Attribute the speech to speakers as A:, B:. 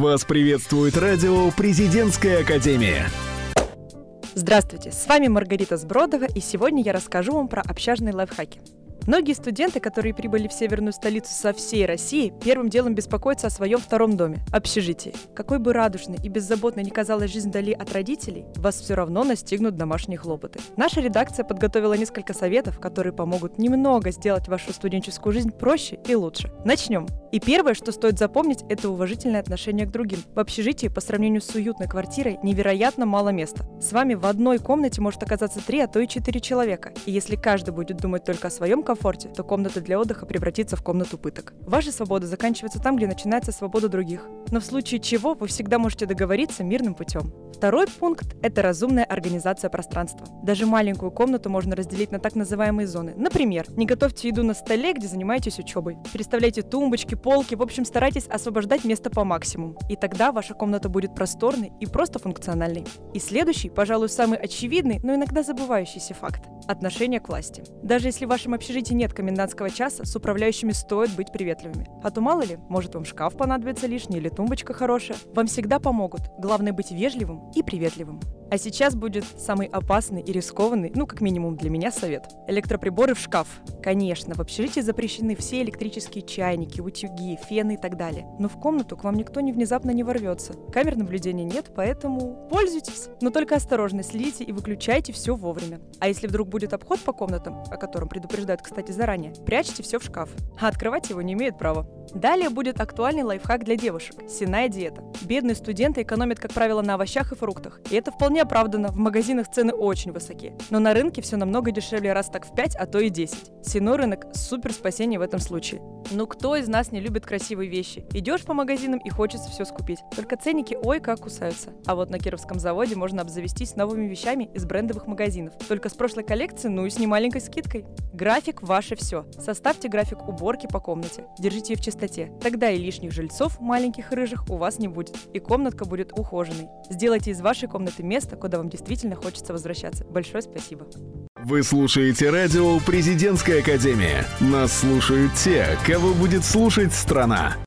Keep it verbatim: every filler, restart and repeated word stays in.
A: Вас приветствует радио «Президентская академия».
B: Здравствуйте, с вами Маргарита Сбродова, и сегодня я расскажу вам про общажные лайфхаки. Многие студенты, которые прибыли в северную столицу со всей России, первым делом беспокоятся о своем втором доме – общежитии. Какой бы радужной и беззаботной ни казалась жизнь вдали от родителей, вас все равно настигнут домашние хлопоты. Наша редакция подготовила несколько советов, которые помогут немного сделать вашу студенческую жизнь проще и лучше. Начнем. И первое, что стоит запомнить, это уважительное отношение к другим. В общежитии по сравнению с уютной квартирой невероятно мало места. С вами в одной комнате может оказаться три, а то и четыре человека. И если каждый будет думать только о своем комфорте, то комната для отдыха превратится в комнату пыток. Ваша свобода заканчивается там, где начинается свобода других. Но в случае чего вы всегда можете договориться мирным путем. Второй пункт – это разумная организация пространства. Даже маленькую комнату можно разделить на так называемые зоны. Например, не готовьте еду на столе, где занимаетесь учебой. Переставляйте тумбочки, полки, в общем, старайтесь освобождать место по максимуму. И тогда ваша комната будет просторной и просто функциональной. И следующий, пожалуй, самый очевидный, но иногда забывающийся факт – отношение к власти. Даже если в вашем общежитии нет комендантского часа, с управляющими стоит быть приветливыми. А то мало ли, может вам шкаф понадобится лишний или тумбочка хорошая. Вам всегда помогут. Главное быть вежливым и приветливым. А сейчас будет самый опасный и рискованный, ну как минимум для меня, совет. Электроприборы в шкаф. Конечно, в общежитии запрещены все электрические чайники, утюги, фены и так далее. Но в комнату к вам никто не внезапно не ворвется. Камер наблюдения нет, поэтому пользуйтесь. Но только осторожно, следите и выключайте все вовремя. А если вдруг будет обход по комнатам, о котором предупреждают, кстати, заранее, прячьте все в шкаф. А открывать его не имеют права. Далее будет актуальный лайфхак для девушек – сенная диета. Бедные студенты экономят, как правило, на овощах и фруктах. И это вполне оправдано, в магазинах цены очень высоки. Но на рынке все намного дешевле раз так в пять, а то и десять. Сенной рынок – супер спасение в этом случае. Ну кто из нас не любит красивые вещи? Идешь по магазинам и хочется все скупить. Только ценники ой как кусаются. А вот на Кировском заводе можно обзавестись новыми вещами из брендовых магазинов. Только с прошлой коллекции, ну и с немаленькой скидкой. График – ваше все. Составьте график уборки по комнате. Держите ее в чистоте. Тогда и лишних жильцов, маленьких и рыжих, у вас не будет. И комнатка будет ухоженной. Сделайте из вашей комнаты место, куда вам действительно хочется возвращаться. Большое спасибо.
A: Вы слушаете радио «Президентская академия». Нас слушают те, кого будет слушать страна.